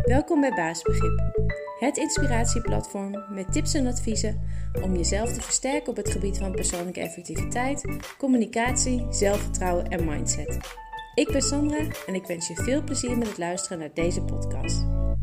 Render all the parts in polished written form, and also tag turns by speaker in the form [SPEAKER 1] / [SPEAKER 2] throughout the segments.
[SPEAKER 1] Welkom bij Basisbegrip, het inspiratieplatform met tips en adviezen om jezelf te versterken op het gebied van persoonlijke effectiviteit, communicatie, zelfvertrouwen en mindset. Ik ben Sandra en ik wens je veel plezier met het luisteren naar deze podcast.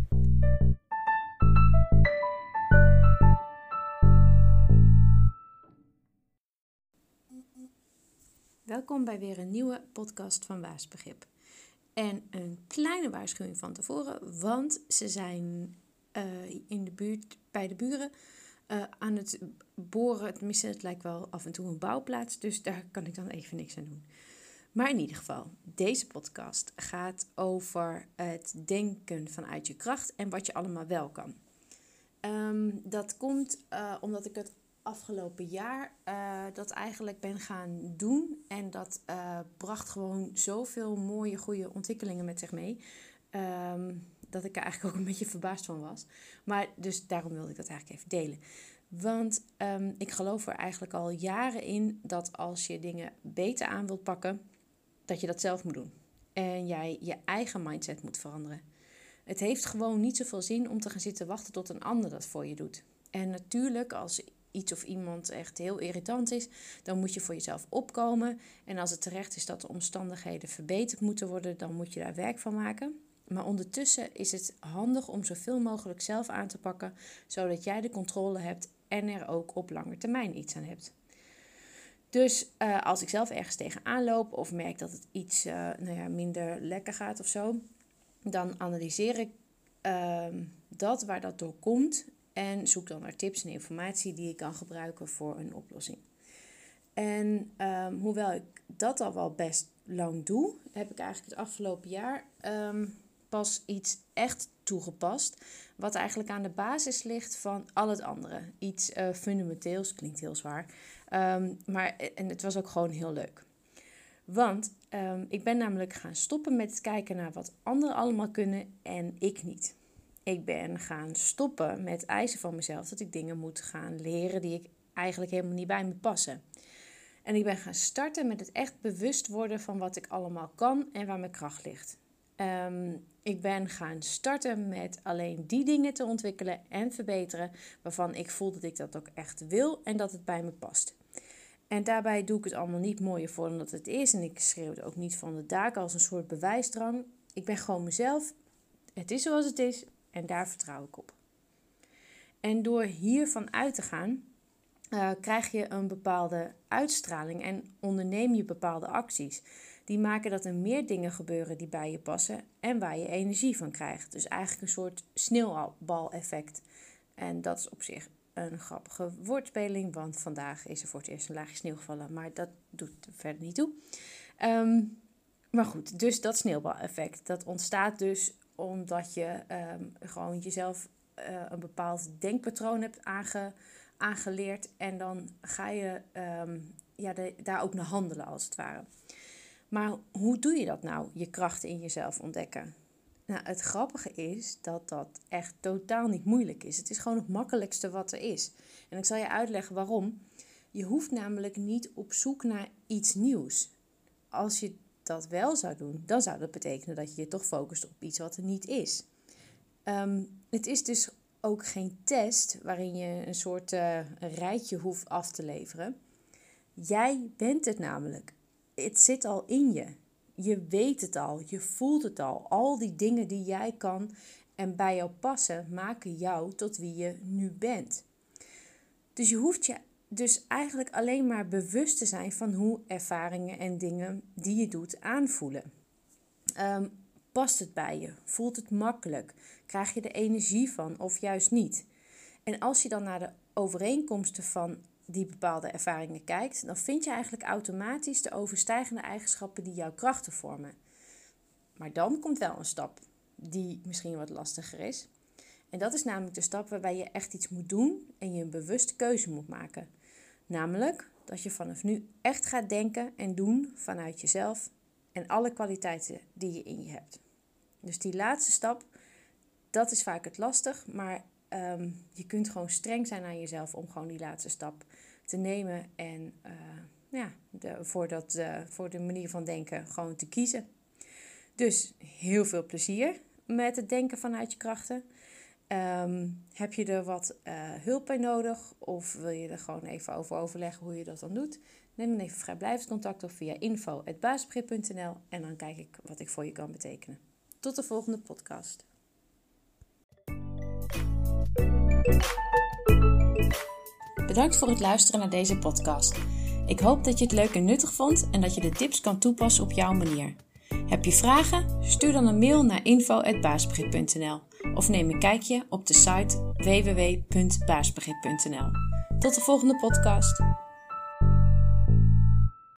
[SPEAKER 1] Welkom bij weer een nieuwe podcast van Basisbegrip. En een kleine waarschuwing van tevoren, want ze zijn in de buurt bij de buren aan het boren. Tenminste, het lijkt wel af en toe een bouwplaats, dus daar kan ik dan even niks aan doen. Maar in ieder geval, deze podcast gaat over het denken vanuit je kracht en wat je allemaal wel kan. Dat komt omdat ik het afgelopen jaar dat eigenlijk ben gaan doen. En dat bracht gewoon zoveel mooie, goede ontwikkelingen met zich mee. Dat ik er eigenlijk ook een beetje verbaasd van was. Maar dus daarom wilde ik dat eigenlijk even delen. Want ik geloof er eigenlijk al jaren in dat als je dingen beter aan wilt pakken, dat je dat zelf moet doen. En jij je eigen mindset moet veranderen. Het heeft gewoon niet zoveel zin om te gaan zitten wachten tot een ander dat voor je doet. En natuurlijk, als iets of iemand echt heel irritant is, dan moet je voor jezelf opkomen. En als het terecht is dat de omstandigheden verbeterd moeten worden, dan moet je daar werk van maken. Maar ondertussen is het handig om zoveel mogelijk zelf aan te pakken, zodat jij de controle hebt en er ook op lange termijn iets aan hebt. Dus als ik zelf ergens tegenaan loop of merk dat het iets minder lekker gaat of zo, dan analyseer ik waar dat door komt en zoek dan naar tips en informatie die ik kan gebruiken voor een oplossing. En hoewel ik dat al wel best lang doe, heb ik eigenlijk het afgelopen jaar pas iets echt toegepast, wat eigenlijk aan de basis ligt van al het andere. Iets fundamenteels, klinkt heel zwaar, maar het was ook gewoon heel leuk. Want ik ben namelijk gaan stoppen met het kijken naar wat anderen allemaal kunnen en ik niet. Ik ben gaan stoppen met eisen van mezelf dat ik dingen moet gaan leren die ik eigenlijk helemaal niet bij me passen. En ik ben gaan starten met het echt bewust worden van wat ik allemaal kan en waar mijn kracht ligt. Ik ben gaan starten met alleen die dingen te ontwikkelen en verbeteren waarvan ik voel dat ik dat ook echt wil en dat het bij me past. En daarbij doe ik het allemaal niet mooier voor dan dat het is. En ik schreeuw het ook niet van de daken als een soort bewijsdrang. Ik ben gewoon mezelf. Het is zoals het is en daar vertrouw ik op. En door hiervan uit te gaan, krijg je een bepaalde uitstraling en onderneem je bepaalde acties. Die maken dat er meer dingen gebeuren die bij je passen en waar je energie van krijgt. Dus eigenlijk een soort sneeuwbaleffect. En dat is op zich een grappige woordspeling, want vandaag is er voor het eerst een laagje sneeuw gevallen, maar dat doet er verder niet toe. Maar goed, dus dat sneeuwbaleffect, dat ontstaat dus omdat je gewoon jezelf een bepaald denkpatroon hebt aangeleerd en dan ga je daar ook naar handelen als het ware. Maar hoe doe je dat nou, je krachten in jezelf ontdekken? Nou, het grappige is dat dat echt totaal niet moeilijk is. Het is gewoon het makkelijkste wat er is. En ik zal je uitleggen waarom. Je hoeft namelijk niet op zoek naar iets nieuws. Als je dat wel zou doen, dan zou dat betekenen dat je je toch focust op iets wat er niet is. Het is dus ook geen test waarin je een soort rijtje hoeft af te leveren. Jij bent het namelijk. Het zit al in je. Je weet het al, je voelt het al. Al die dingen die jij kan en bij jou passen, maken jou tot wie je nu bent. Dus je hoeft je dus eigenlijk alleen maar bewust te zijn van hoe ervaringen en dingen die je doet aanvoelen. Past het bij je? Voelt het makkelijk? Krijg je er energie van of juist niet? En als je dan naar de overeenkomsten van die bepaalde ervaringen kijkt, dan vind je eigenlijk automatisch de overstijgende eigenschappen die jouw krachten vormen. Maar dan komt wel een stap die misschien wat lastiger is. En dat is namelijk de stap waarbij je echt iets moet doen en je een bewuste keuze moet maken. Namelijk dat je vanaf nu echt gaat denken en doen vanuit jezelf en alle kwaliteiten die je in je hebt. Dus die laatste stap, dat is vaak het lastig, maar je kunt gewoon streng zijn aan jezelf om gewoon die laatste stap te nemen en voor de manier van denken gewoon te kiezen. Dus heel veel plezier met het denken vanuit je krachten? Heb je er wat hulp bij nodig? Of wil je er gewoon even over overleggen hoe je dat dan doet? Neem dan even vrijblijvend contact op via info@basisbegrip.nl en dan kijk ik wat ik voor je kan betekenen. Tot de volgende podcast. Bedankt voor het luisteren naar deze podcast. Ik hoop dat je het leuk en nuttig vond en dat je de tips kan toepassen op jouw manier. Heb je vragen? Stuur dan een mail naar info@basisbegrip.nl of neem een kijkje op de site www.basisbegrip.nl. Tot de volgende podcast.